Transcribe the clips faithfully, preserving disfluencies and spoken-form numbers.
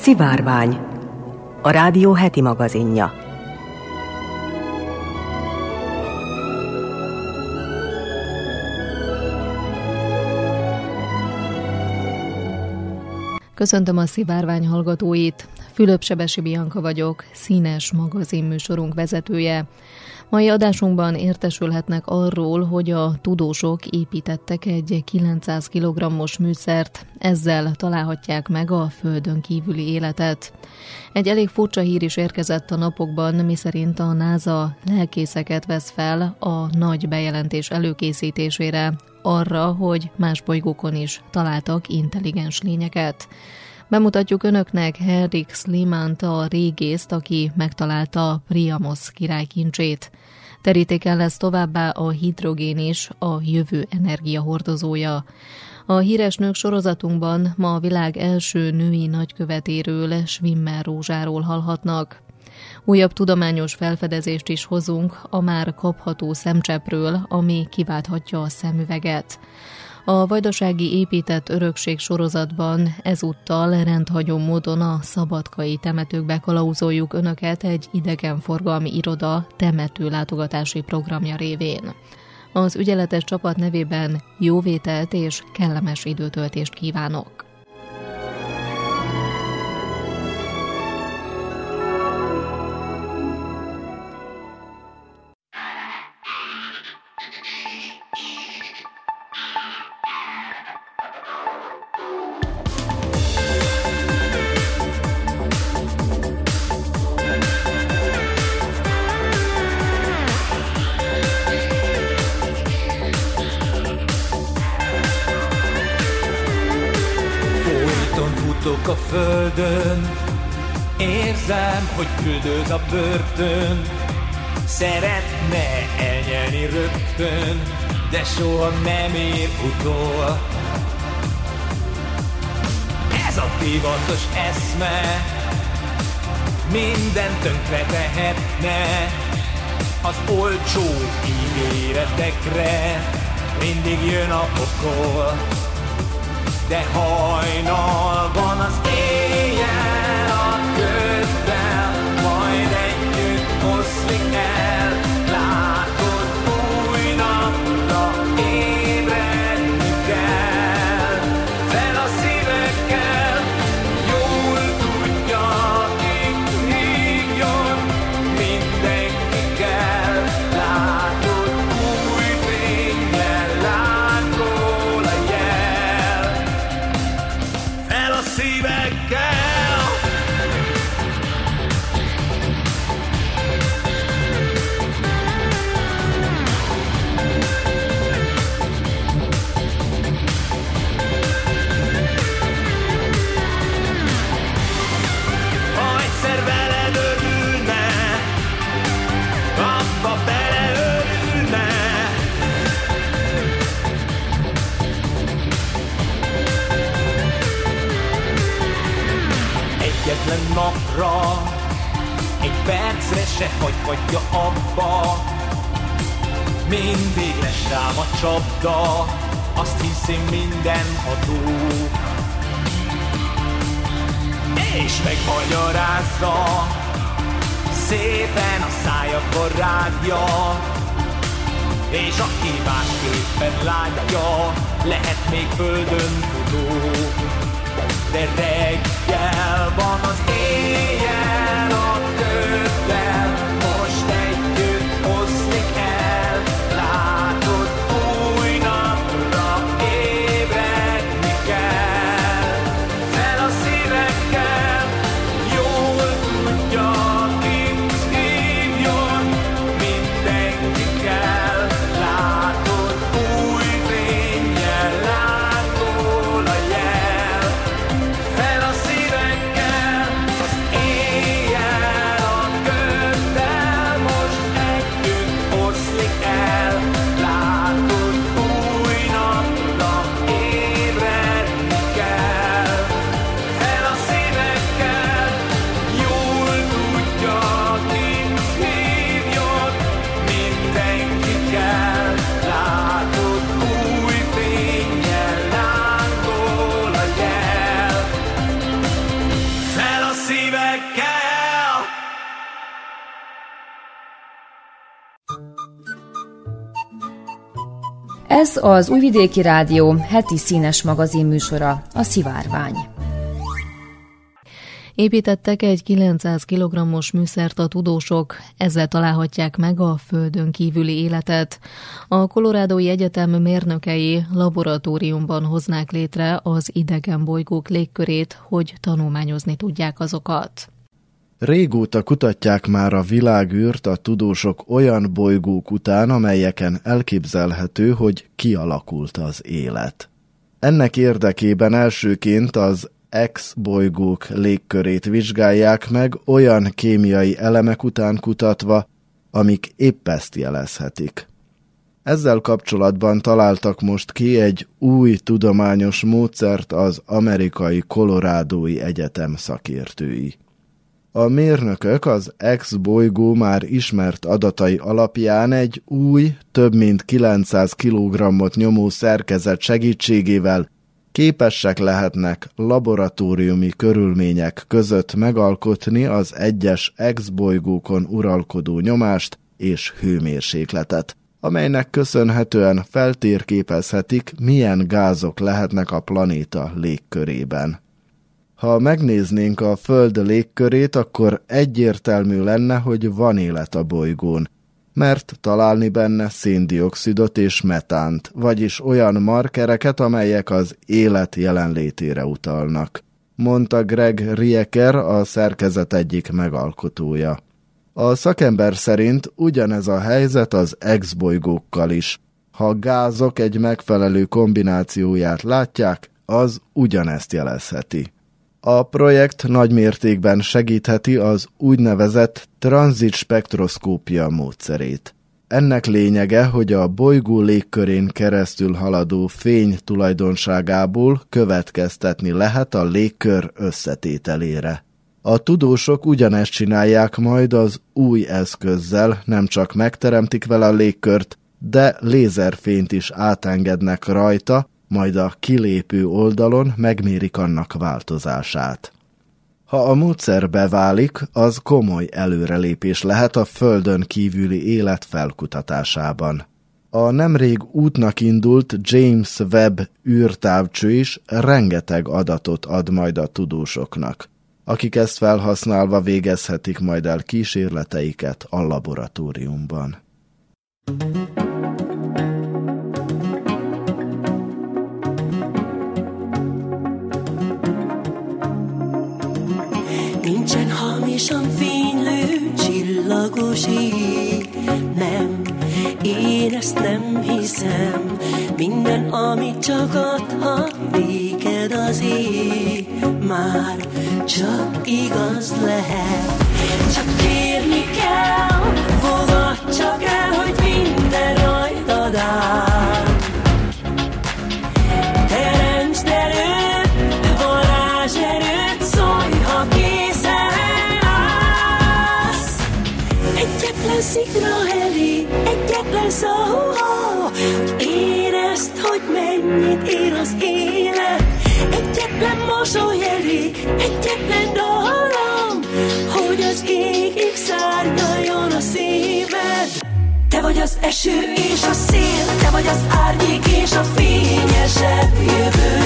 Szivárvány, a rádió heti magazinja. Köszöntöm a Szivárvány hallgatóit. Fülöp-Sebesi Bianka vagyok, színes magazinműsorunk vezetője. Mai adásunkban értesülhetnek arról, hogy a tudósok építettek egy kilencszáz kilogrammos műszert, ezzel találhatják meg a földön kívüli életet. Egy elég furcsa hír is érkezett a napokban, miszerint a NASA lelkészeket vesz fel a nagy bejelentés előkészítésére, arra, hogy más bolygókon is találtak intelligens lényeket. Bemutatjuk önöknek Henrik Schliemant, a régészt, aki megtalálta Priamos király kincsét. Terítéken lesz továbbá a hidrogén is, a jövő energiahordozója. A híres nők sorozatunkban ma a világ első női nagykövetéről, Schwimmer Rózsáról hallhatnak. Újabb tudományos felfedezést is hozunk a már kapható szemcseppről, ami kiválthatja a szemüveget. A vajdasági épített örökség sorozatban ezúttal rendhagyó módon a szabadkai temetőkbe kalauzoljuk önöket egy idegenforgalmi iroda temető látogatási programja révén. Az ügyeletes csapat nevében jó vételt és kellemes időtöltést kívánok! A földön, érzem, hogy küldöz a börtön. Szeretne elnyelni rögtön, de soha nem ér utol. Ez a divatos eszme mindent tönkre tehetne. Az olcsó ígéretekre mindig jön a pokol. De hajnal van az éjjel a köddel, majd együtt oszlik el. Látod, új napra ébredni kell. Fel a szívekkel, jól tudja, kit hívjon, mindenki kell. Látod, új fényjel lángol a jel. Fel a szívekkel. Ha egyszer veled örülne, abba beleörülne. Egyetlen napra, egy percre se hagyhatja abba. Mindig lesz rám a csapda, azt hiszi minden adó. És megmagyarázza, szépen a szájakba rágja. És aki másképpen látja, lehet még földön futó. De reggel van az éjjel a köddel, most együtt oszlik el. Látod, új napra ébredni kell. Fel a szívekkel, jól tudja, kit hívjon, mindenki kell. Látod, új fényjel lángol a jel. Fel a szívekkel. Ez az Újvidéki Rádió heti színes magazin műsora, a Szivárvány. Építettek egy kilencszáz kilogrammos műszert a tudósok, ezzel találhatják meg a földön kívüli életet. A Colorado-i Egyetem mérnökei laboratóriumban hoznák létre az idegen bolygók légkörét, hogy tanulmányozni tudják azokat. Régóta kutatják már a világűrt a tudósok olyan bolygók után, amelyeken elképzelhető, hogy kialakult az élet. Ennek érdekében elsőként az X-bolygók légkörét vizsgálják meg, olyan kémiai elemek után kutatva, amik épp ezt jelezhetik. Ezzel kapcsolatban találtak most ki egy új tudományos módszert az amerikai Colorado-i Egyetem szakértői. A mérnökök az X-bolygó már ismert adatai alapján egy új, több mint kilencszáz kilogrammot nyomó szerkezet segítségével képesek lehetnek laboratóriumi körülmények között megalkotni az egyes X-bolygókon uralkodó nyomást és hőmérsékletet, amelynek köszönhetően feltérképezhetik, milyen gázok lehetnek a planéta légkörében. Ha megnéznénk a Föld légkörét, akkor egyértelmű lenne, hogy van élet a bolygón, mert találni benne széndioxidot és metánt, vagyis olyan markereket, amelyek az élet jelenlétére utalnak, mondta Greg Rieker, a szerkezet egyik megalkotója. A szakember szerint ugyanez a helyzet az X-bolygókkal is. Ha a gázok egy megfelelő kombinációját látják, az ugyanezt jelezheti. A projekt nagymértékben segítheti az úgynevezett tranzitspektroszkópia módszerét. Ennek lényege, hogy a bolygó légkörén keresztül haladó fény tulajdonságából következtetni lehet a légkör összetételére. A tudósok ugyanezt csinálják majd az új eszközzel, nem csak megteremtik vele a légkört, de lézerfényt is átengednek rajta, majd a kilépő oldalon megmérik annak változását. Ha a módszer beválik, az komoly előrelépés lehet a Földön kívüli élet felkutatásában. A nemrég útnak indult James Webb űrtávcső is rengeteg adatot ad majd a tudósoknak, akik ezt felhasználva végezhetik majd el kísérleteiket a laboratóriumban. Nincsen hamisan fénylő csillagos ég, nem, én ezt nem hiszem. Minden, amit csak adhat néked az ég, már csak igaz lehet. Csak kérni kell, fogad csak el, hogy minden rajtad áll. Teremtsd erőt, varázserőt, szólj, ha készen állsz. Egyetlen szikra elég, egyetlen szó, hogy érezd, hogy mennyit ér az élet. Egyetlen mosoly elég, egyetlen dallam, hogy az égig szárnyaljon a szíved. Te vagy az eső és a szél, te vagy az árnyék és a fényesebb jövő.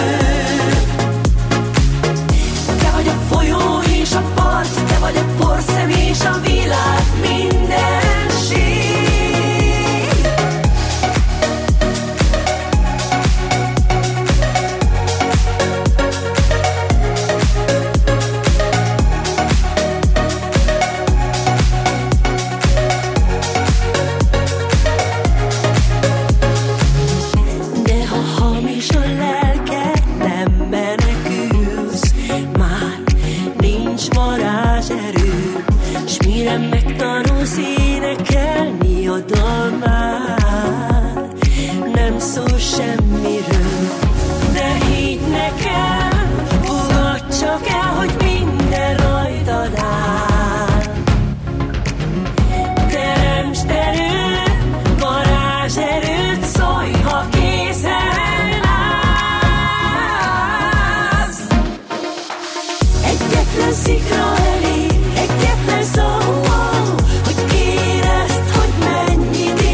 Te vagy a folyó és a part, te vagy a porszem és a világ mindenség. Megtanulsz énekelni a dal már, nem szól semmiről, de hidd nekem, fogadd csak el, hogy minden rajtad áll. Teremtsd erőt, varázserőt, szólj, ha készen állsz. Egyetlen szikra elég, egyetlen szó, hogy érezd, hogy mennyit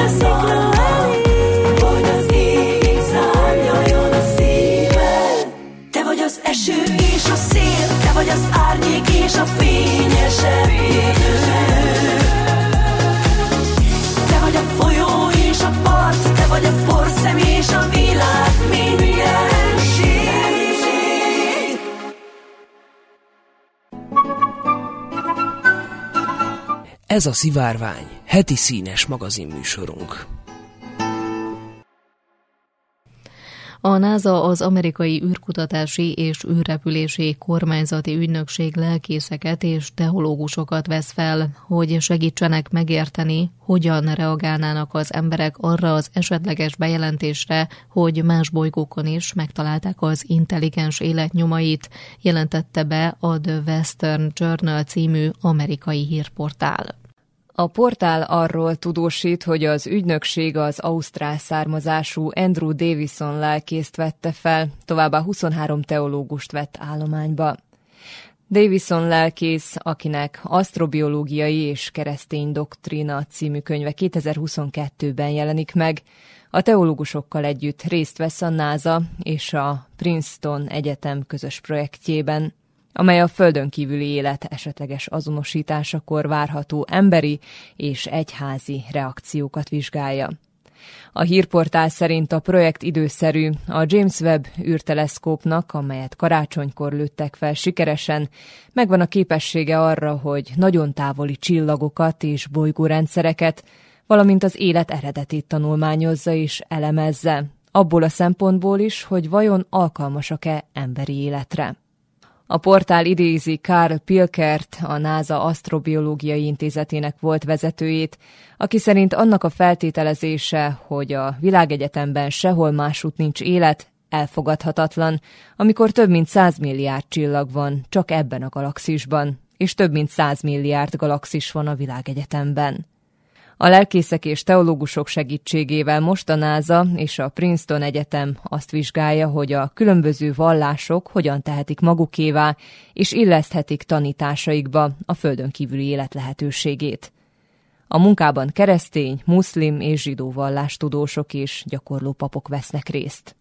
szikla elé, hogy az égig szárnyaljon a szíved. Te vagy az eső és a szél, te vagy az árnyék és a fényesebb jövő. Te vagy a folyó és a part, te vagy a porszem és a világ mindenség. Ez a Szivárvány, heti színes magazinműsorunk. A NASA, az Amerikai űrkutatási és űrrepülési kormányzati ügynökség lelkészeket és teológusokat vesz fel, hogy segítsenek megérteni, hogyan reagálnának az emberek arra az esetleges bejelentésre, hogy más bolygókon is megtalálták az intelligens élet nyomait, jelentette be a The Western Journal című amerikai hírportál. A portál arról tudósít, hogy az ügynökség az ausztrál származású Andrew Davison lelkészt vette fel, továbbá huszonhárom teológust vett állományba. Davison lelkész, akinek Asztrobiológiai és keresztény doktrína című könyve kétezer-huszonkettőben jelenik meg, a teológusokkal együtt részt vesz a NASA és a Princeton Egyetem közös projektjében, amely a földön kívüli élet esetleges azonosításakor várható emberi és egyházi reakciókat vizsgálja. A hírportál szerint a projekt időszerű, a James Webb űrteleszkópnak, amelyet karácsonykor lőttek fel sikeresen, megvan a képessége arra, hogy nagyon távoli csillagokat és bolygórendszereket, valamint az élet eredetét tanulmányozza és elemezze, abból a szempontból is, hogy vajon alkalmasak-e emberi életre. A portál idézi Carl Pilkert, a NASA Asztrobiológiai Intézetének volt vezetőjét, aki szerint annak a feltételezése, hogy a világegyetemben sehol másút nincs élet, elfogadhatatlan, amikor több mint száz milliárd csillag van csak ebben a galaxisban, és több mint száz milliárd galaxis van a világegyetemben. A lelkészek és teológusok segítségével most a NASA és a Princeton Egyetem azt vizsgálja, hogy a különböző vallások hogyan tehetik magukévá, és illeszthetik tanításaikba a földön kívüli élet lehetőségét. A munkában keresztény, muszlim és zsidó vallástudósok és gyakorló papok vesznek részt.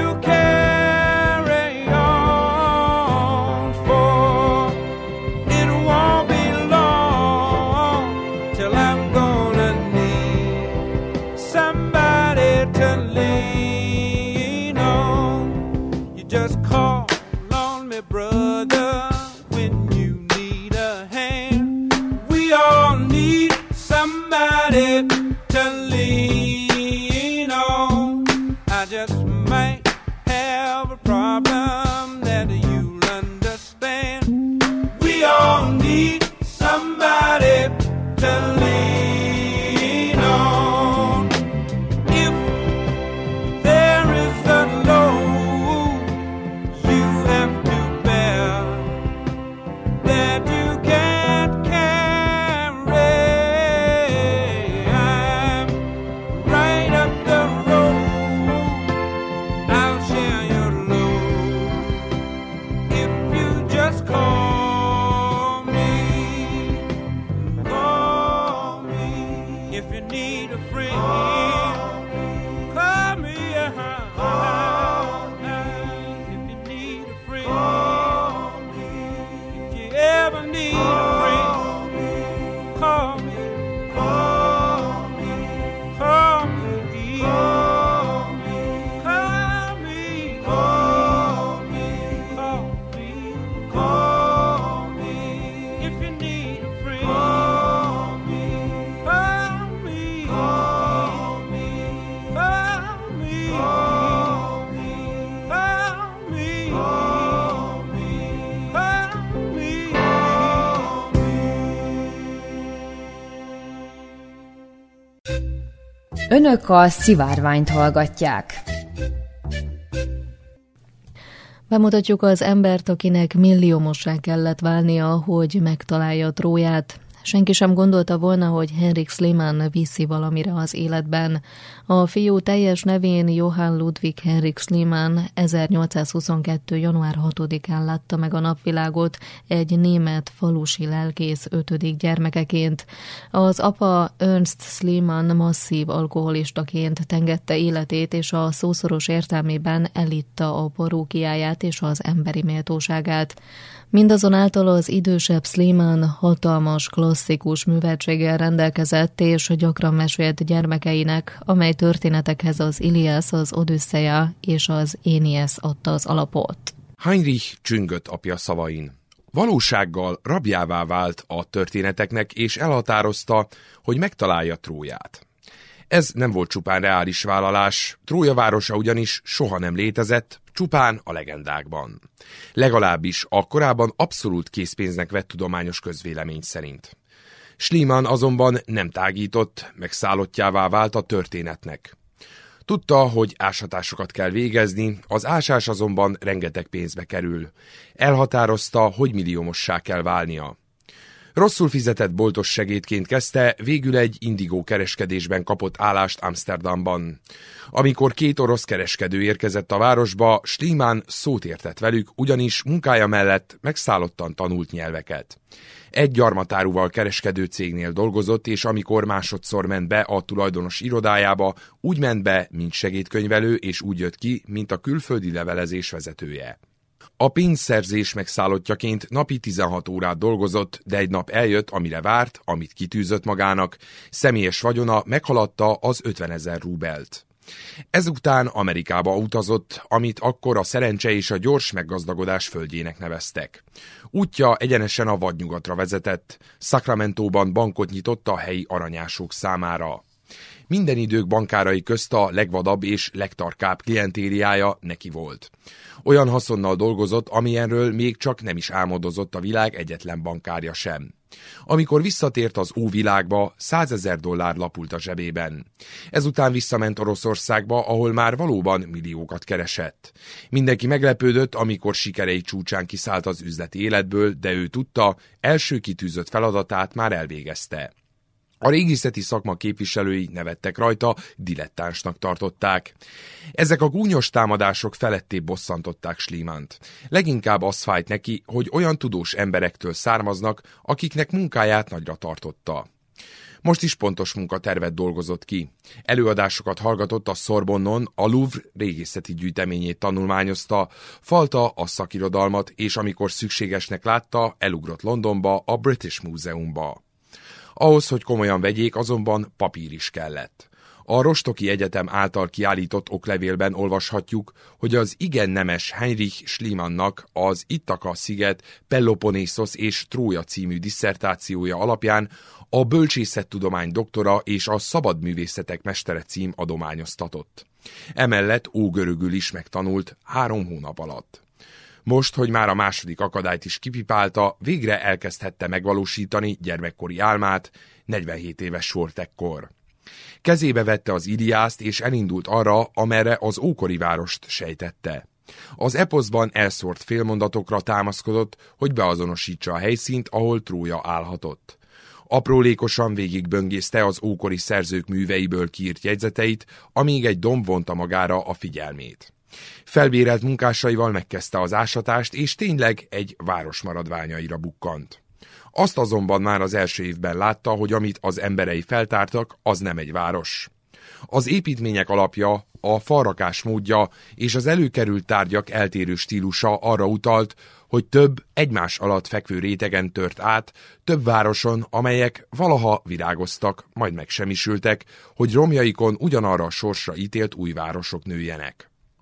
It you need a friend. Call me, call me, call me, call me, call me, call me, call me, call me, call me. Önök a Szivárványt hallgatják. Bemutatjuk az embert, akinek milliómossá kellett válnia, hogy megtalálja Tróját. Senki sem gondolta volna, hogy Henrik Schliemann viszi valamire az életben. A fiú teljes nevén Johann Ludwig Henrik Schliemann ezernyolcszázhuszonkettő. január hatodikán látta meg a napvilágot egy német falusi lelkész ötödik gyermekeként. Az apa Ernst Schliemann masszív alkoholistaként tengette életét, és a szószoros értelmében elitta a parókiáját és az emberi méltóságát. Mindazonáltal az idősebb Schliemann hatalmas klasszikus műveltséggel rendelkezett, és gyakran mesélt gyermekeinek, amely történetekhez az Iliász, az Odüsszeia és az Éniesz adta az alapot. Heinrich csüngött apja szavain. Valósággal rabjává vált a történeteknek, és elhatározta, hogy megtalálja Tróját. Ez nem volt csupán reális vállalás, Trója városa ugyanis soha nem létezett, csupán a legendákban. Legalábbis a korábban abszolút készpénznek vett tudományos közvélemény szerint. Schliemann azonban nem tágított, megszállottjává vált a történetnek. Tudta, hogy ásatásokat kell végezni, az ásás azonban rengeteg pénzbe kerül. Elhatározta, hogy milliómossá kell válnia. Rosszul fizetett boltos segédként kezdte, végül egy indigó kereskedésben kapott állást Amsterdamban. Amikor két orosz kereskedő érkezett a városba, Schliemann szót értett velük, ugyanis munkája mellett megszállottan tanult nyelveket. Egy gyarmatáruval kereskedő cégnél dolgozott, és amikor másodszor ment be a tulajdonos irodájába, úgy ment be, mint segédkönyvelő, és úgy jött ki, mint a külföldi levelezés vezetője. A pénzszerzés megszállottjaként napi tizenhat órát dolgozott, de egy nap eljött, amire várt, amit kitűzött magának, személyes vagyona meghaladta az ötvenezer rubelt. Ezután Amerikába utazott, amit akkor a szerencse és a gyors meggazdagodás földjének neveztek. Útja egyenesen a vadnyugatra vezetett, Sacramentóban bankot nyitott a helyi aranyások számára. Minden idők bankárai közt a legvadabb és legtarkább klientériája neki volt. Olyan haszonnal dolgozott, amilyenről még csak nem is álmodozott a világ egyetlen bankárja sem. Amikor visszatért az óvilágba, százezer dollár lapult a zsebében. Ezután visszament Oroszországba, ahol már valóban milliókat keresett. Mindenki meglepődött, amikor sikerei csúcsán kiszállt az üzleti életből, de ő tudta, első kitűzött feladatát már elvégezte. A régészeti szakma képviselői nevettek rajta, dilettánsnak tartották. Ezek a gúnyos támadások felettébb bosszantották Schliemannt. Leginkább az fájt neki, hogy olyan tudós emberektől származnak, akiknek munkáját nagyra tartotta. Most is pontos munkatervet dolgozott ki. Előadásokat hallgatott a Sorbonnon, a Louvre régészeti gyűjteményét tanulmányozta, falta a szakirodalmat, és amikor szükségesnek látta, elugrott Londonba, a British Múzeumba. Ahhoz, hogy komolyan vegyék, azonban papír is kellett. A Rostocki Egyetem által kiállított oklevélben olvashatjuk, hogy az igen nemes Heinrich Schliemannnak az Ittaka-sziget, Peloponnészos és Trója című disszertációja alapján a bölcsészettudomány doktora és a szabadművészetek mestere cím adományoztatott. Emellett ógörögül is megtanult három hónap alatt. Most, hogy már a második akadályt is kipipálta, végre elkezdhette megvalósítani gyermekkori álmát, negyvenhét éves volt ekkor. Kezébe vette az Iliászt, és elindult arra, amerre az ókori várost sejtette. Az eposzban elszórt félmondatokra támaszkodott, hogy beazonosítsa a helyszínt, ahol Trója állhatott. Aprólékosan végigböngészte az ókori szerzők műveiből kiírt jegyzeteit, amíg egy domb vonta magára a figyelmét. Felbérelt munkásaival megkezdte az ásatást, és tényleg egy város maradványaira bukkant. Azt azonban már az első évben látta, hogy amit az emberei feltártak, az nem egy város. Az építmények alapja, a falrakás módja és az előkerült tárgyak eltérő stílusa arra utalt, hogy több egymás alatt fekvő rétegen tört át, több városon, amelyek valaha virágoztak, majd megsemmisültek, hogy romjaikon ugyanarra a sorsra ítélt új városok nőjenek.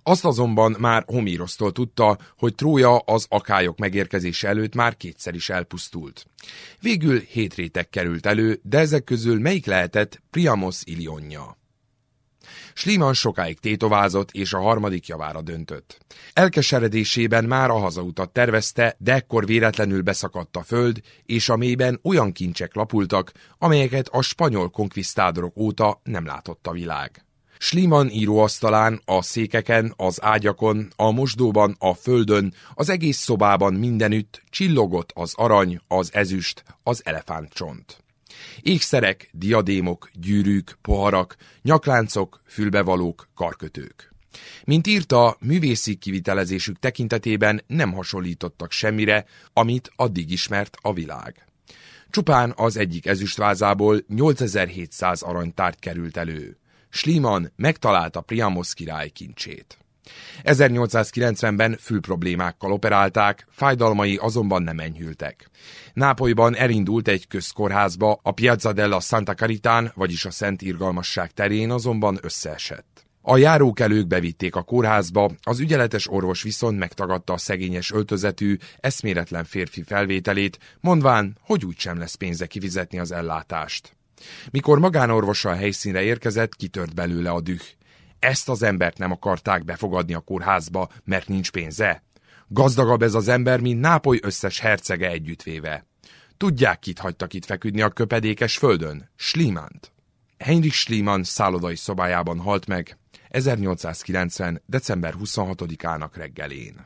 Azt azonban már Homérosztól tudta, hogy Trója az akályok megérkezése előtt már kétszer is elpusztult. Végül hét réteg került elő, de ezek közül melyik lehetett Priamos Ilionja? Schliemann sokáig tétovázott, és a harmadik javára döntött. Elkeseredésében már a hazautat tervezte, de ekkor véletlenül beszakadt a föld, és a mélyben olyan kincsek lapultak, amelyeket a spanyol konkvisztádorok óta nem látott a világ. Schliemann íróasztalán, a székeken, az ágyakon, a mosdóban, a földön, az egész szobában mindenütt csillogott az arany, az ezüst, az elefántcsont. Ékszerek, diadémok, gyűrűk, poharak, nyakláncok, fülbevalók, karkötők. Mint írta, művészi kivitelezésük tekintetében nem hasonlítottak semmire, amit addig ismert a világ. Csupán az egyik ezüstvázából nyolcezer-hétszáz aranytárgy került elő. Schliemann megtalálta Priamos király kincsét. ezernyolcszázkilencvenben fülproblémákkal operálták, fájdalmai azonban nem enyhültek. Nápolyban elindult egy közkórházba, a Piazza della Santa Caritán, vagyis a Szent Irgalmasság terén azonban összeesett. A járókelők bevitték a kórházba, az ügyeletes orvos viszont megtagadta a szegényes öltözetű, eszméletlen férfi felvételét, mondván, hogy úgysem lesz pénze kifizetni az ellátást. Mikor magánorvosa a helyszínre érkezett, kitört belőle a düh. Ezt az embert nem akarták befogadni a kórházba, mert nincs pénze? Gazdagabb ez az ember, mint Nápoly összes hercege együttvéve. Tudják, kit hagytak itt feküdni a köpedékes földön? Schliemannt. Heinrich Schliemann szállodai szobájában halt meg ezernyolcszázkilencven. december huszonhatodikának reggelén.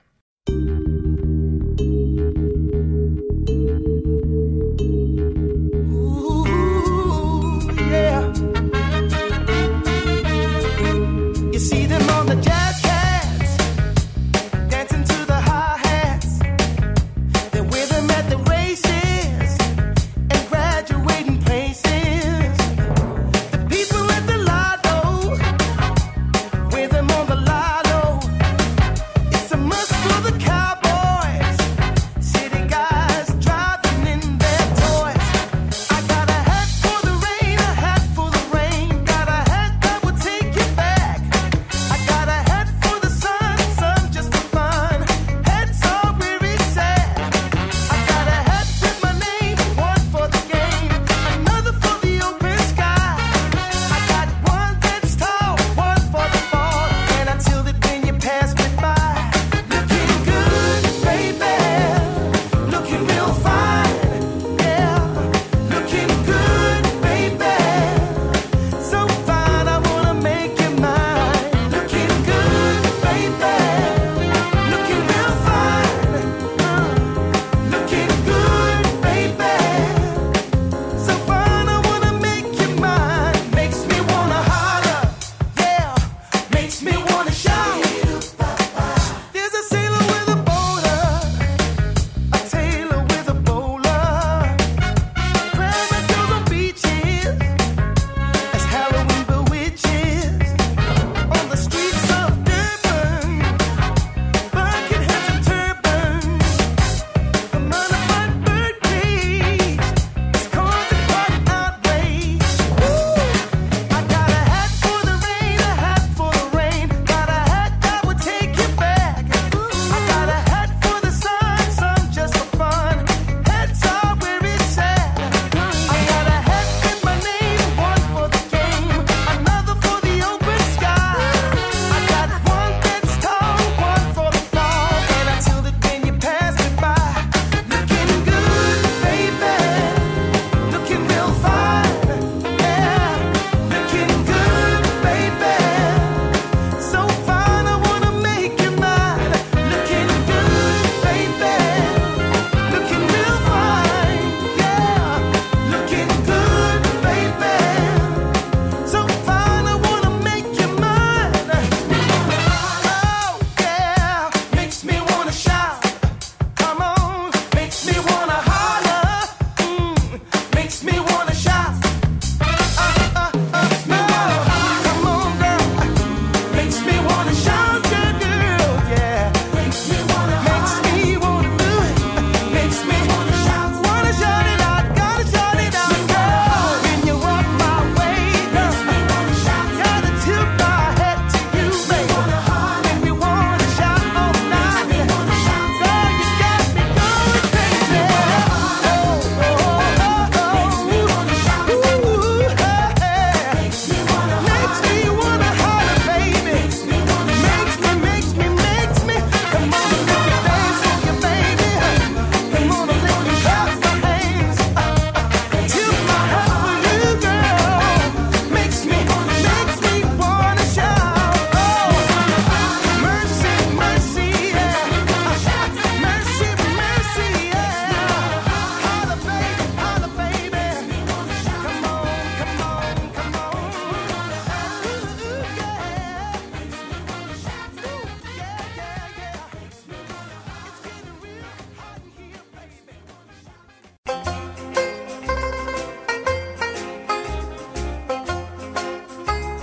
You see them on the jazz cats, dancing to the hi-hats. They're with them at the races and graduating places. The people at the lotto, with them on the lotto. It's a must.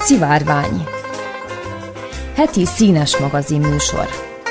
Szivárvány. Heti színes magazinműsor.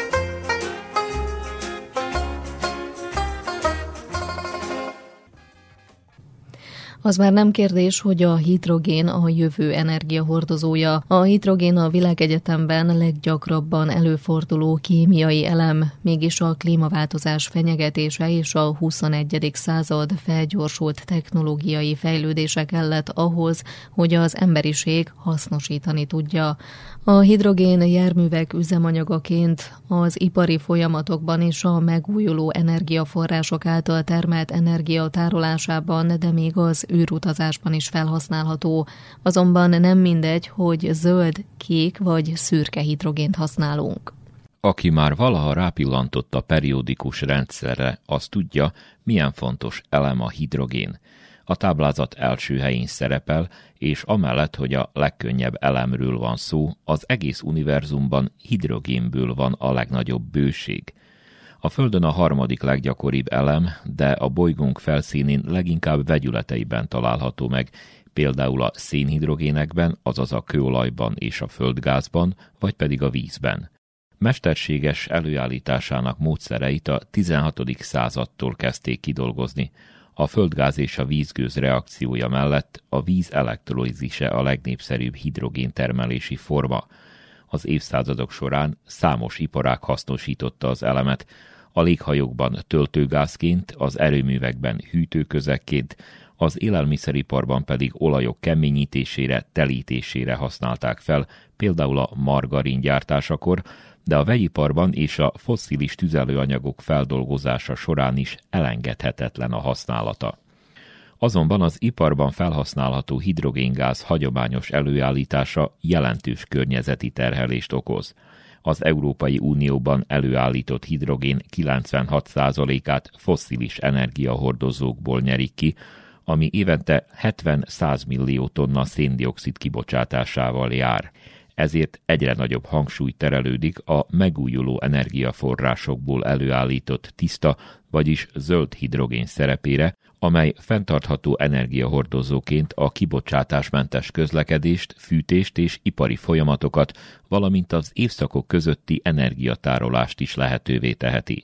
Az már nem kérdés, hogy a hidrogén a jövő energiahordozója. A hidrogén a világegyetemben leggyakrabban előforduló kémiai elem, mégis a klímaváltozás fenyegetése és a huszonegyedik század felgyorsult technológiai fejlődése kellett ahhoz, hogy az emberiség hasznosítani tudja. A hidrogén járművek üzemanyagaként az ipari folyamatokban és a megújuló energiaforrások által termelt energia tárolásában, de még az űrutazásban is felhasználható. Azonban nem mindegy, hogy zöld, kék vagy szürke hidrogént használunk. Aki már valaha rápillantott a periódikus rendszerre, az tudja, milyen fontos elem a hidrogén. A táblázat első helyén szerepel, és amellett, hogy a legkönnyebb elemről van szó, az egész univerzumban hidrogénből van a legnagyobb bőség. A Földön a harmadik leggyakoribb elem, de a bolygónk felszínén leginkább vegyületeiben található meg, például a szénhidrogénekben, azaz a kőolajban és a földgázban, vagy pedig a vízben. Mesterséges előállításának módszereit a tizenhatodik századtól kezdték kidolgozni. A földgáz és a vízgőz reakciója mellett a víz elektrolízise a legnépszerűbb hidrogéntermelési forma. Az évszázadok során számos iparág hasznosította az elemet, a léghajókban töltőgázként, az erőművekben hűtőközekként, az élelmiszeriparban pedig olajok keményítésére, telítésére használták fel, például a margarin gyártásakor, de a vegyiparban és a fosszilis tüzelőanyagok feldolgozása során is elengedhetetlen a használata. Azonban az iparban felhasználható hidrogéngáz hagyományos előállítása jelentős környezeti terhelést okoz. Az Európai Unióban előállított hidrogén kilencvenhat százalékát fosszilis energiahordozókból nyerik ki, ami évente hetven-száz millió tonna széndioxid kibocsátásával jár. Ezért egyre nagyobb hangsúly terelődik a megújuló energiaforrásokból előállított tiszta, vagyis zöld hidrogén szerepére, amely fenntartható energiahordozóként a kibocsátásmentes közlekedést, fűtést és ipari folyamatokat, valamint az évszakok közötti energiatárolást is lehetővé teheti.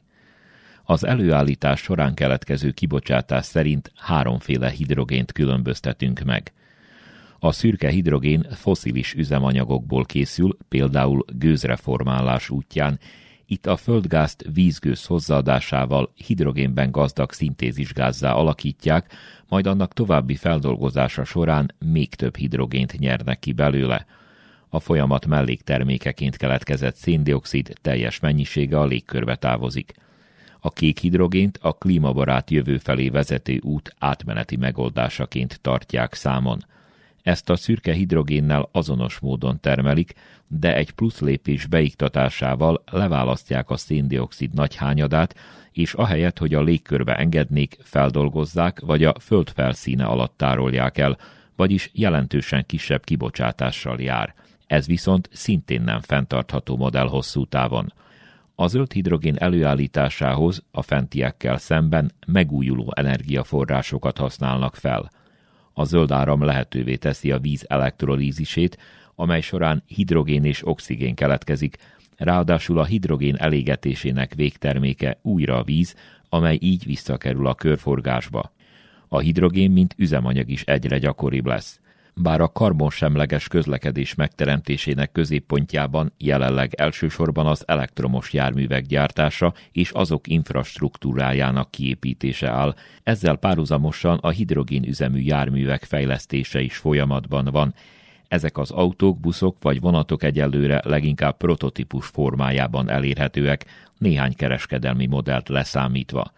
Az előállítás során keletkező kibocsátás szerint háromféle hidrogént különböztetünk meg. A szürke hidrogén fosszilis üzemanyagokból készül, például gőzreformálás útján. Itt a földgázt vízgőz hozzáadásával hidrogénben gazdag szintézisgázzá alakítják, majd annak további feldolgozása során még több hidrogént nyernek ki belőle. A folyamat melléktermékeként keletkezett széndioxid teljes mennyisége a légkörbe távozik. A kék hidrogént a klímabarát jövő felé vezető út átmeneti megoldásaként tartják számon. Ezt a szürke hidrogénnel azonos módon termelik, de egy plusz lépés beiktatásával leválasztják a széndioxid nagy hányadát, és ahelyett, hogy a légkörbe engednék, feldolgozzák, vagy a föld felszíne alatt tárolják el, vagyis jelentősen kisebb kibocsátással jár. Ez viszont szintén nem fenntartható modell hosszú távon. A zöld hidrogén előállításához a fentiekkel szemben megújuló energiaforrásokat használnak fel. A zöld áram lehetővé teszi a víz elektrolízisét, amely során hidrogén és oxigén keletkezik, ráadásul a hidrogén elégetésének végterméke újra a víz, amely így visszakerül a körforgásba. A hidrogén mint üzemanyag is egyre gyakoribb lesz. Bár a karbonsemleges közlekedés megteremtésének középpontjában jelenleg elsősorban az elektromos járművek gyártása és azok infrastruktúrájának kiépítése áll, ezzel párhuzamosan a hidrogénüzemű járművek fejlesztése is folyamatban van. Ezek az autók, buszok vagy vonatok egyelőre leginkább prototípus formájában elérhetőek, néhány kereskedelmi modellt leszámítva.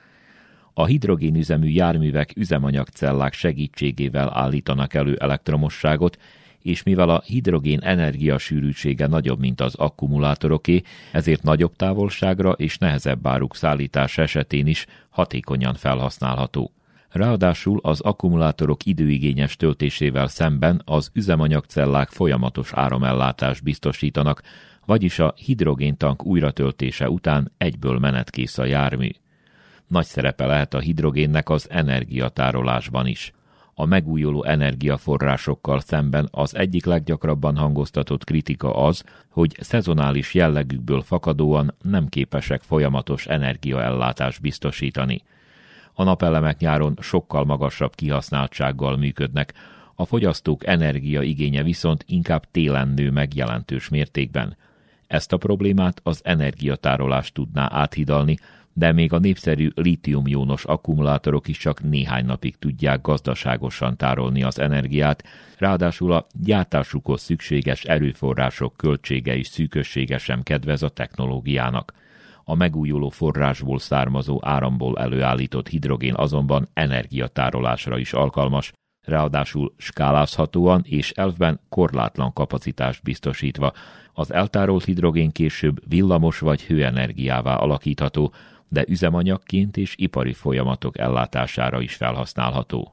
A hidrogénüzemű járművek üzemanyagcellák segítségével állítanak elő elektromosságot, és mivel a hidrogén energiasűrűsége nagyobb, mint az akkumulátoroké, ezért nagyobb távolságra és nehezebb áruk szállítása esetén is hatékonyan felhasználható. Ráadásul az akkumulátorok időigényes töltésével szemben az üzemanyagcellák folyamatos áramellátást biztosítanak, vagyis a hidrogéntank újratöltése után egyből menetkész a jármű. Nagy szerepe lehet a hidrogénnek az energiatárolásban is. A megújuló energiaforrásokkal szemben az egyik leggyakrabban hangoztatott kritika az, hogy szezonális jellegükből fakadóan nem képesek folyamatos energiaellátást biztosítani. A napelemek nyáron sokkal magasabb kihasználtsággal működnek, a fogyasztók energiaigénye viszont inkább télen nő meg jelentős mértékben. Ezt a problémát az energiatárolás tudná áthidalni, de még a népszerű lítium-ionos akkumulátorok is csak néhány napig tudják gazdaságosan tárolni az energiát, ráadásul a gyártásukhoz szükséges erőforrások költsége is szűkösségesen kedvez a technológiának. A megújuló forrásból származó áramból előállított hidrogén azonban energiatárolásra is alkalmas, ráadásul skálázhatóan és elvben korlátlan kapacitást biztosítva. Az eltárolt hidrogén később villamos vagy hőenergiává alakítható, de üzemanyagként és ipari folyamatok ellátására is felhasználható.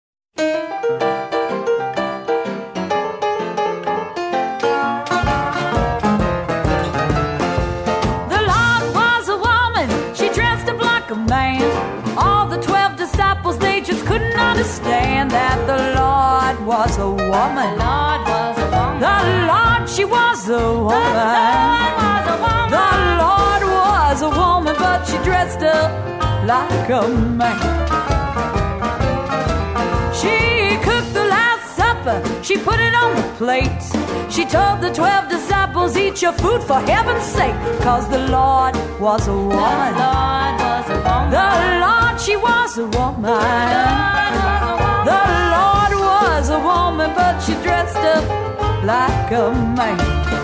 The Lord was a woman, she dressed up like a man. All the twelve disciples, they just couldn't understand that the Lord was a woman. The Lord was a woman. The Lord, she was a woman. The Lord was a woman, but she dressed up like a man. She cooked the Last Supper, she put it on the plate. She told the twelve disciples, eat your food for heaven's sake, 'cause the Lord was a woman. The Lord was a woman. The Lord, she was a woman. The Lord was a woman, but she dressed up like a man.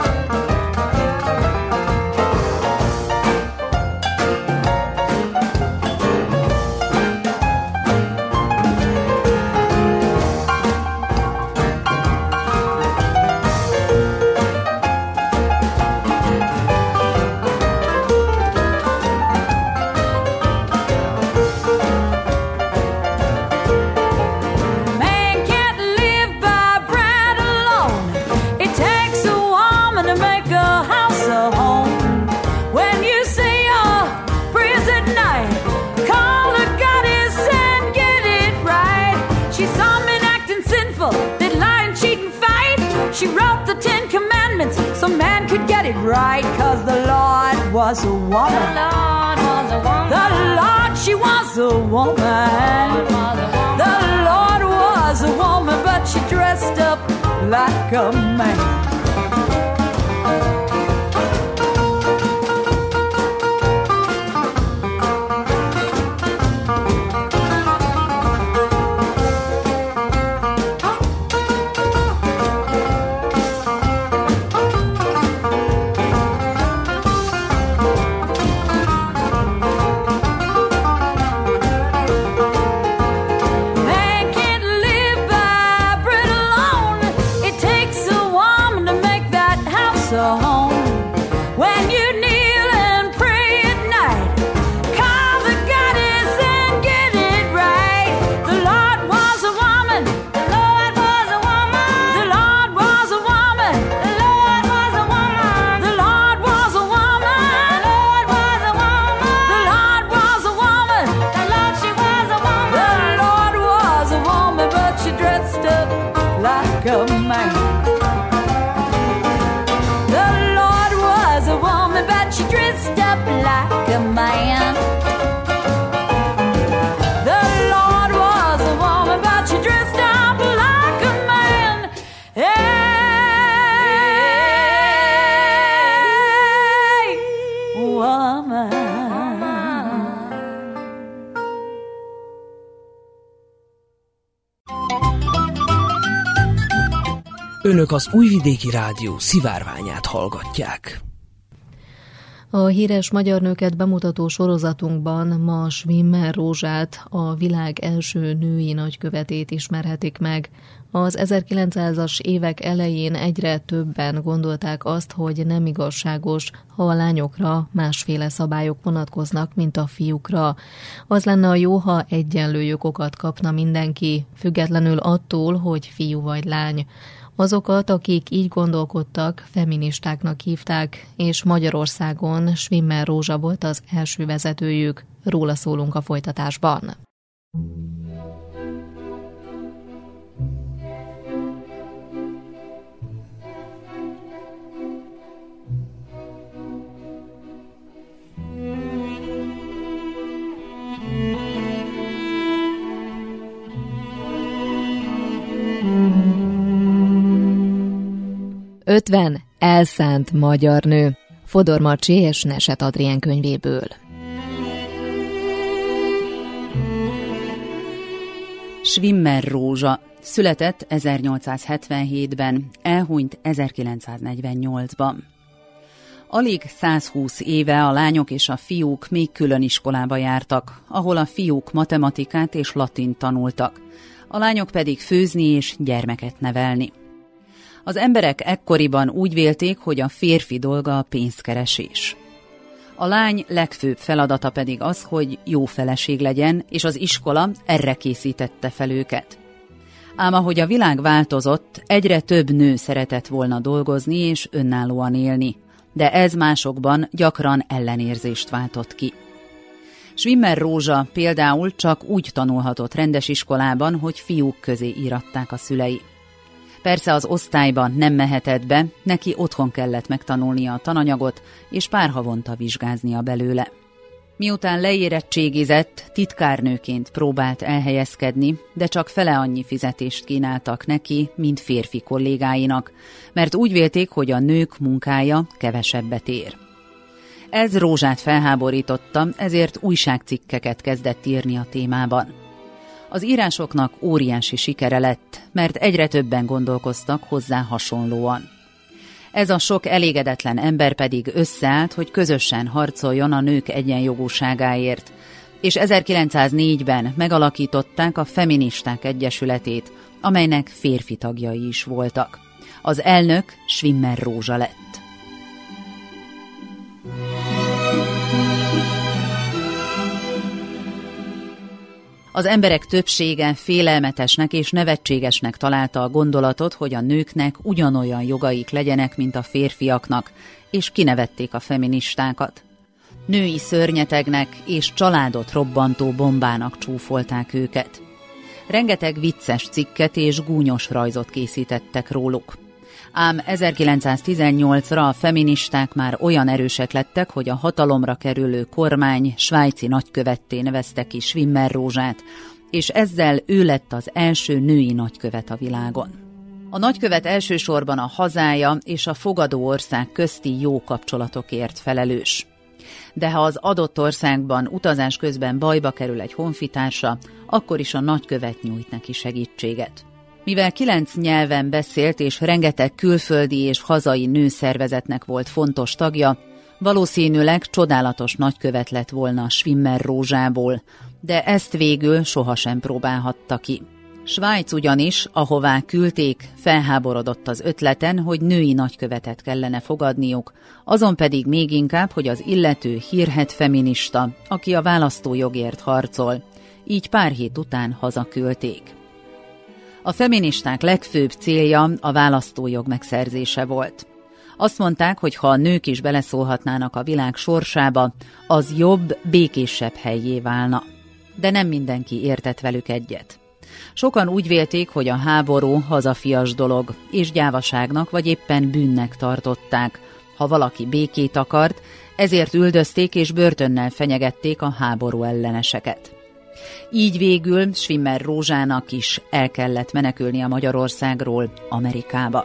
She wrote the Ten Commandments so man could get it right, 'cause the Lord was a woman. The Lord was a woman. The Lord, she was a woman. The Lord was a woman, but she dressed up like a man. Önök az Újvidéki Rádió szivárványát hallgatják. A híres magyar nőket bemutató sorozatunkban ma Schwimmer Rózsát, a világ első női nagykövetét ismerhetik meg. Az ezerkilencszázas évek elején egyre többen gondolták azt, hogy nem igazságos, ha a lányokra másféle szabályok vonatkoznak, mint a fiúkra. Az lenne a jó, ha egyenlő jogokat kapna mindenki, függetlenül attól, hogy fiú vagy lány. Azokat, akik így gondolkodtak, feministáknak hívták, és Magyarországon Schwimmer Rózsa volt az első vezetőjük. Róla szólunk a folytatásban. ötven elszánt magyar nő. Fodor Marcsi és Neset Adrien könyvéből. Schwimmer Rózsa született ezernyolcszázhetvenhétben, elhunyt ezerkilencszáznegyvennyolcban. Alig százhúsz éve a lányok és a fiúk még külön iskolába jártak, ahol a fiúk matematikát és latint tanultak, a lányok pedig főzni és gyermeket nevelni. Az emberek ekkoriban úgy vélték, hogy a férfi dolga a pénzkeresés. A lány legfőbb feladata pedig az, hogy jó feleség legyen, és az iskola erre készítette fel őket. Ám ahogy a világ változott, egyre több nő szeretett volna dolgozni és önállóan élni, de ez másokban gyakran ellenérzést váltott ki. Schwimmer Rózsa például csak úgy tanulhatott rendes iskolában, hogy fiúk közé íratták a szülei. Persze az osztályban nem mehetett be, neki otthon kellett megtanulnia a tananyagot, és pár havonta vizsgáznia belőle. Miután leérettségizett, titkárnőként próbált elhelyezkedni, de csak fele annyi fizetést kínáltak neki, mint férfi kollégáinak, mert úgy vélték, hogy a nők munkája kevesebbet ér. Ez Rózsát felháborította, ezért újságcikkeket kezdett írni a témában. Az írásoknak óriási sikere lett, mert egyre többen gondolkoztak hozzá hasonlóan. Ez a sok elégedetlen ember pedig összeállt, hogy közösen harcoljon a nők egyenjogúságáért, és ezerkilencszáznégyben megalakították a Feministák Egyesületét, amelynek férfi tagjai is voltak. Az elnök Schwimmer Rózsa lett. Az emberek többsége félelmetesnek és nevetségesnek találta a gondolatot, hogy a nőknek ugyanolyan jogaik legyenek, mint a férfiaknak, és kinevették a feministákat. Női szörnyetegnek és családot robbantó bombának csúfolták őket. Rengeteg vicces cikket és gúnyos rajzot készítettek róluk. Ám ezerkilencszáztizennyolcra a feministák már olyan erősek lettek, hogy a hatalomra kerülő kormány svájci nagykövetté nevezte ki Schwimmer Rózsát, és ezzel ő lett az első női nagykövet a világon. A nagykövet elsősorban a hazája és a fogadó ország közti jó kapcsolatokért felelős. De ha az adott országban utazás közben bajba kerül egy honfitársa, akkor is a nagykövet nyújt neki segítséget. Mivel kilenc nyelven beszélt és rengeteg külföldi és hazai nőszervezetnek volt fontos tagja, valószínűleg csodálatos nagykövet lett volna Schwimmer Rózsából, de ezt végül sohasem próbálhatta ki. Svájc ugyanis, ahová küldték, felháborodott az ötleten, hogy női nagykövetet kellene fogadniuk, azon pedig még inkább, hogy az illető hírhedt feminista, aki a választójogért harcol, így pár hét után hazaküldték. A feministák legfőbb célja a választójog megszerzése volt. Azt mondták, hogy ha a nők is beleszólhatnának a világ sorsába, az jobb, békésebb hellyé válna. De nem mindenki értett velük egyet. Sokan úgy vélték, hogy a háború hazafias dolog, és gyávaságnak vagy éppen bűnnek tartották, ha valaki békét akart, ezért üldözték és börtönnel fenyegették a háború elleneseket. Így végül Schwimmer Rózsának is el kellett menekülni a Magyarországról Amerikába.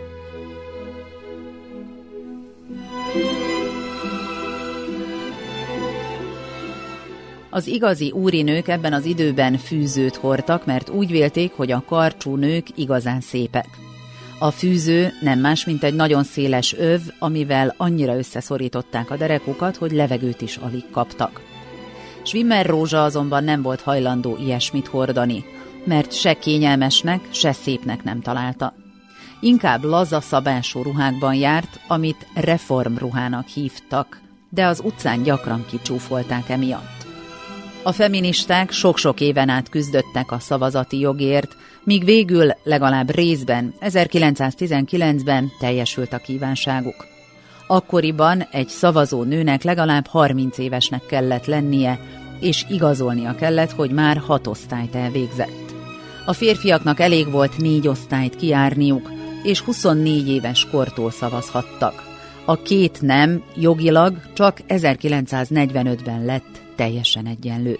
Az igazi úrinők ebben az időben fűzőt hordtak, mert úgy vélték, hogy a karcsú nők igazán szépek. A fűző nem más, mint egy nagyon széles öv, amivel annyira összeszorították a derekukat, hogy levegőt is alig kaptak. Schwimmer Rózsa azonban nem volt hajlandó ilyesmit hordani, mert se kényelmesnek, se szépnek nem találta. Inkább laza szabású ruhákban járt, amit reformruhának hívtak, de az utcán gyakran kicsúfolták emiatt. A feministák sok-sok éven át küzdöttek a szavazati jogért, míg végül legalább részben ezerkilencszáztizenkilencben teljesült a kívánságuk. Akkoriban egy szavazó nőnek legalább harminc évesnek kellett lennie, és igazolnia kellett, hogy már hat osztályt elvégzett. A férfiaknak elég volt négy osztályt kijárniuk, és huszonnégy éves kortól szavazhattak. A két nem jogilag csak ezerkilencszáznegyvenötben lett teljesen egyenlő.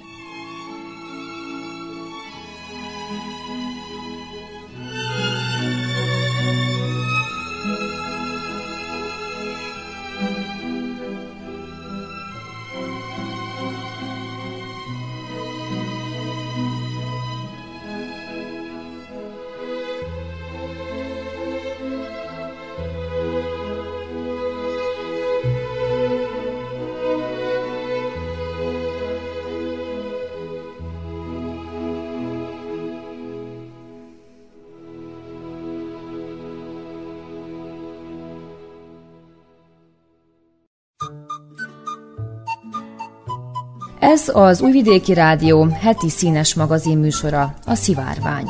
Ez az Újvidéki Rádió heti színes magazin műsora, a Szivárvány.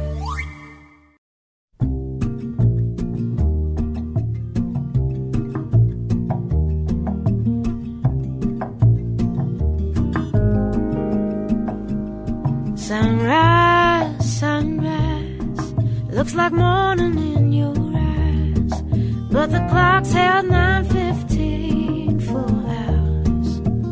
Sunrise, sunrise, looks like morning in your eyes, but the clock's held nine fifteen for hours.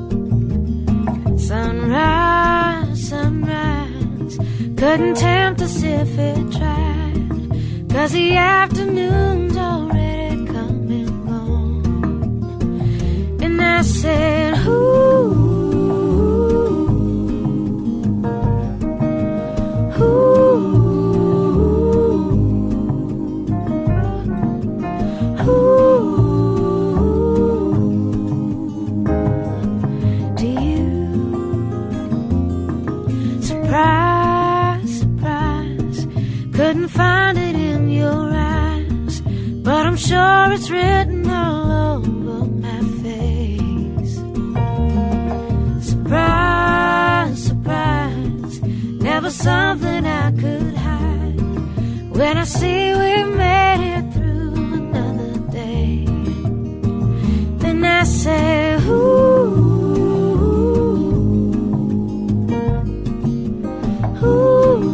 Sunrise, sunrise, couldn't tempt us if it tried, 'cause the afternoon's already come and gone. And I said, ooh, sure it's written all over my face. Surprise, surprise, never something I could hide. When I see we made it through another day, then I say, ooh, ooh.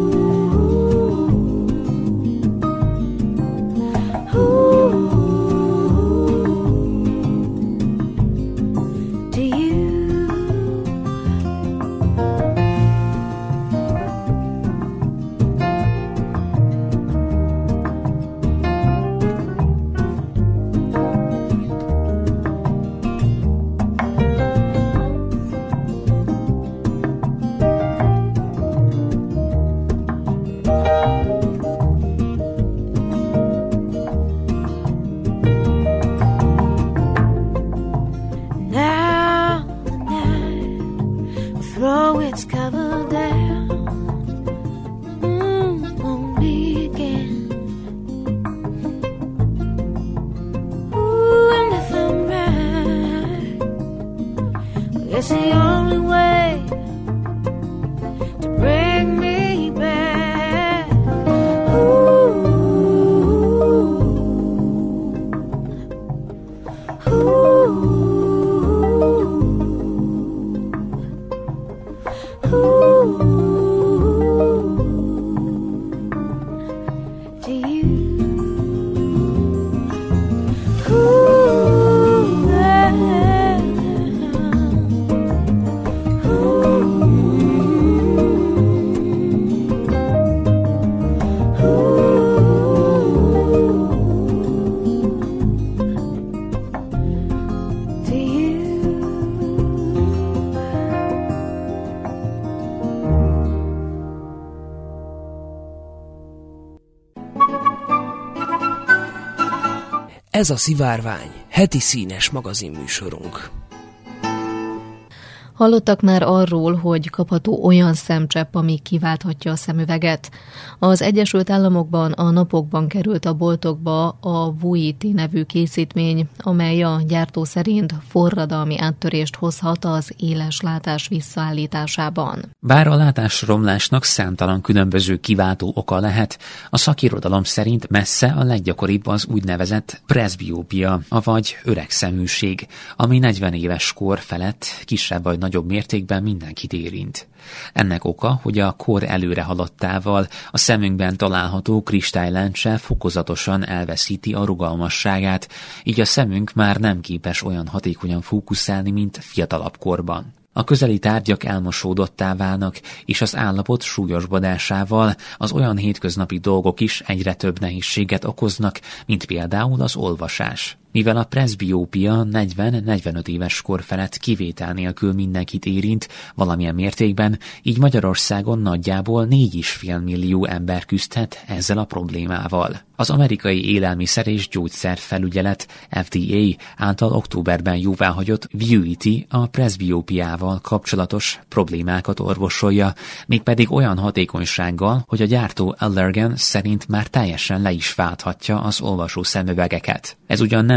Ez a Szivárvány, heti színes magazinműsorunk. Hallottak már arról, hogy kapható olyan szemcsepp, ami kiválthatja a szemüveget? Az Egyesült Államokban a napokban került a boltokba a Vuity nevű készítmény, amely a gyártó szerint forradalmi áttörést hozhat az éles látás visszaállításában. Bár a látásromlásnak számtalan különböző kiváltó oka lehet, a szakirodalom szerint messze a leggyakoribb az úgynevezett prezbiópia, avagy öregszeműség, ami negyven éves kor felett kisebb vagy nagyobb mértékben mindenkit érint. Ennek oka, hogy a kor előre haladtával a szemünkben található kristálylencse fokozatosan elveszíti a rugalmasságát, így a szemünk már nem képes olyan hatékonyan fókuszálni, mint fiatalabb korban. A közeli tárgyak elmosódottá válnak, és az állapot súlyosbodásával az olyan hétköznapi dolgok is egyre több nehézséget okoznak, mint például az olvasás. Mivel a prezbiópia negyven-negyvenöt éves kor felett kivétel nélkül mindenkit érint valamilyen mértékben, így Magyarországon nagyjából négy és fél millió ember küzdhet ezzel a problémával. Az amerikai élelmiszer és gyógyszer felügyelet F D A által októberben jóváhagyott Vuity a prezbiópiával kapcsolatos problémákat orvosolja, mégpedig olyan hatékonysággal, hogy a gyártó Allergan szerint már teljesen le is válthatja az olvasó szemüvegeket. Ez ugyan nem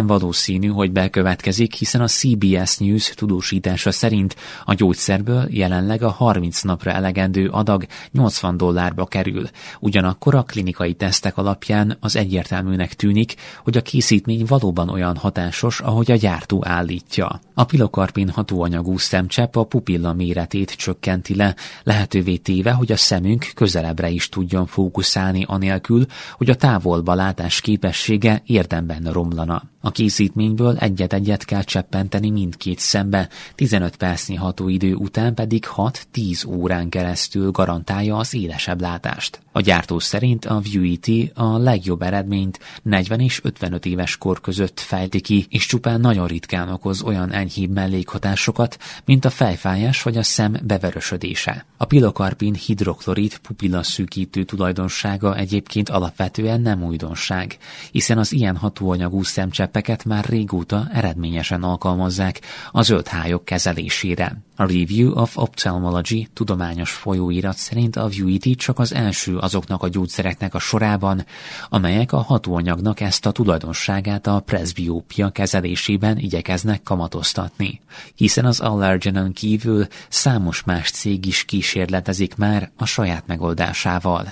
nem valószínű, hogy bekövetkezik, hiszen a cé bé es News tudósítása szerint a gyógyszerből jelenleg a harminc napra elegendő adag nyolcvan dollárba kerül. Ugyanakkor a klinikai tesztek alapján az egyértelműnek tűnik, hogy a készítmény valóban olyan hatásos, ahogy a gyártó állítja. A pilokarpin hatóanyagú szemcsepp a pupilla méretét csökkenti le, lehetővé téve, hogy a szemünk közelebbre is tudjon fókuszálni anélkül, hogy a távolba látás képessége érdemben romlana. A készítményből egyet-egyet kell cseppenteni mindkét szembe, tizenöt percnyi hatóidő után pedig hat-tíz órán keresztül garantálja az élesebb látást. A gyártó szerint a Vuity a legjobb eredményt negyven és ötvenöt éves kor között fejti ki, és csupán nagyon ritkán okoz olyan enyhébb mellékhatásokat, mint a fejfájás vagy a szem bevörösödése. A pilokarpin hidroklorid pupillasszűkítő tulajdonsága egyébként alapvetően nem újdonság, hiszen az ilyen hatóanyagú szemcseppeket már régóta eredményesen alkalmazzák a zöldhályok kezelésére. A Review of Ophthalmology tudományos folyóirat szerint a Vuity csak az első azoknak a gyógyszereknek a sorában, amelyek a hatóanyagnak ezt a tulajdonságát a preszbiópia kezelésében igyekeznek kamatoztatni. Hiszen az Allergenon kívül számos más cég is kísérletezik már a saját megoldásával.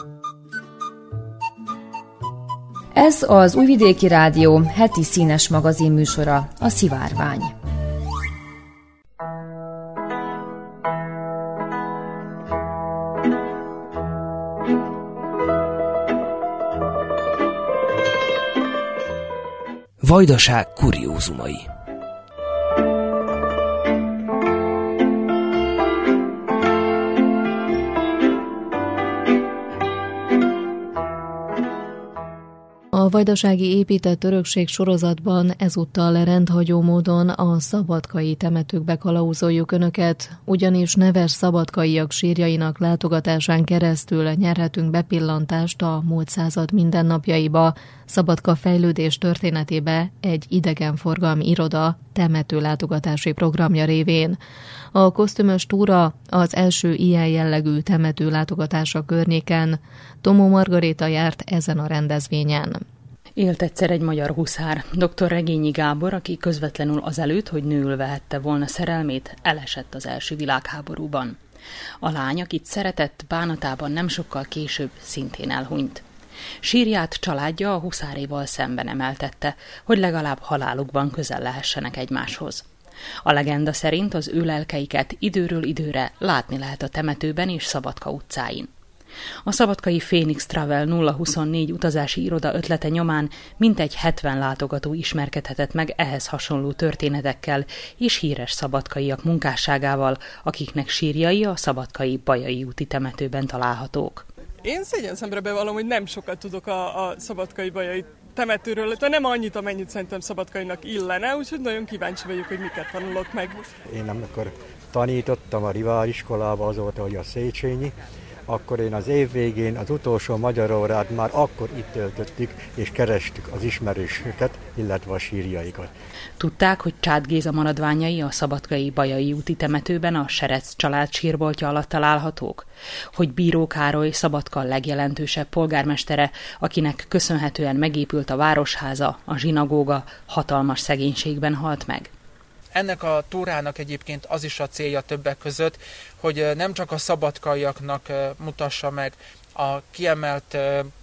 Ez az Újvidéki Rádió heti színes magazin műsora, a Szivárvány. Vajdaság kuriózumai. A vajdasági épített örökség sorozatban ezúttal rendhagyó módon a szabadkai temetőkbe kalauzoljuk Önöket, ugyanis neves szabadkaiak sírjainak látogatásán keresztül nyerhetünk bepillantást a múlt század mindennapjaiba, Szabadka fejlődés történetébe egy idegenforgalmi iroda temetőlátogatási programja révén. A kosztümös túra az első ilyen jellegű temetőlátogatása környéken. Tomó Margaréta járt ezen a rendezvényen. Élt egyszer egy magyar huszár, dr. Regényi Gábor, aki közvetlenül azelőtt, hogy nőül vehette volna szerelmét, elesett az első világháborúban. A lány, akit szeretett, bánatában nem sokkal később szintén elhunyt. Sírját családja a huszáréval szemben emeltette, hogy legalább halálukban közel lehessenek egymáshoz. A legenda szerint az ő lelkeiket időről időre látni lehet a temetőben és Szabadka utcáin. A szabadkai Phoenix Travel nulla huszonnégy utazási iroda ötlete nyomán mintegy hetven látogató ismerkedhetett meg ehhez hasonló történetekkel és híres szabadkaiak munkásságával, akiknek sírjai a szabadkai Bajai úti temetőben találhatók. Én szégyen szemre bevallom, hogy nem sokat tudok a, a szabadkai Bajai temetőről, illetve nem annyit, amennyit szerintem Szabadkainak illene, úgyhogy nagyon kíváncsi vagyok, hogy miket tanulok meg. Én amikor tanítottam a riváliskolába, azóta, hogy a Széchenyi, akkor én az év végén az utolsó magyar órát már akkor itt töltöttük, és kerestük az ismerősöket, illetve a sírjaikat. Tudták, hogy Csád Géza maradványai a szabadkai Bajai úti temetőben a Serec család sírboltja alatt találhatók? Hogy Bíró Károly Szabadka legjelentősebb polgármestere, akinek köszönhetően megépült a városháza, a zsinagóga, hatalmas szegénységben halt meg? Ennek a túrának egyébként az is a célja többek között, hogy nem csak a szabadkaiaknak mutassa meg a kiemelt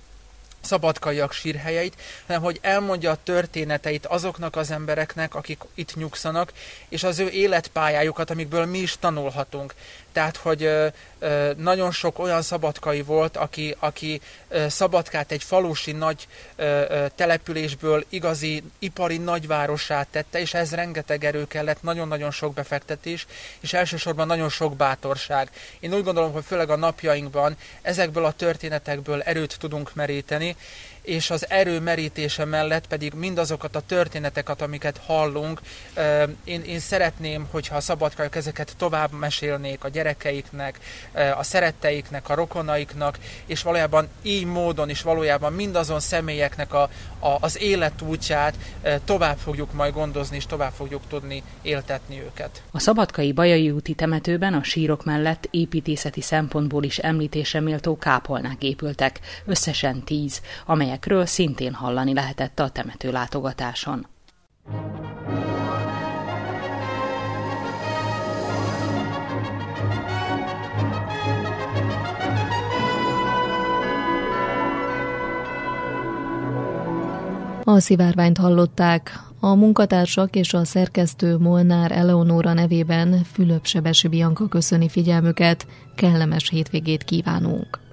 szabadkaiak sírhelyeit, hanem hogy elmondja a történeteit azoknak az embereknek, akik itt nyugszanak, és az ő életpályájukat, amikből mi is tanulhatunk. Tehát, hogy ö, ö, nagyon sok olyan szabadkai volt, aki, aki ö, Szabadkát egy falusi nagy ö, ö, településből igazi ipari nagyvárossá tette, és ez rengeteg erő kellett, nagyon-nagyon sok befektetés, és elsősorban nagyon sok bátorság. Én úgy gondolom, hogy főleg a napjainkban ezekből a történetekből erőt tudunk meríteni, és az erő merítése mellett pedig mindazokat a történeteket, amiket hallunk, én, én szeretném, hogyha a szabadkaiak ezeket tovább mesélnék a gyerekeiknek, a szeretteiknek, a rokonaiknak, és valójában így módon is valójában mindazon személyeknek a, a, az életútját tovább fogjuk majd gondozni, és tovább fogjuk tudni éltetni őket. A szabadkai Bajai úti temetőben a sírok mellett építészeti szempontból is említésre méltó kápolnák épültek, összesen tíz, amelyekről szintén hallani lehetett a temető látogatáson. A szivárványt hallották. A munkatársak és a szerkesztő Molnár Eleonóra nevében Fülöp-Sebessy Bianka köszöni figyelmüket, kellemes hétvégét kívánunk!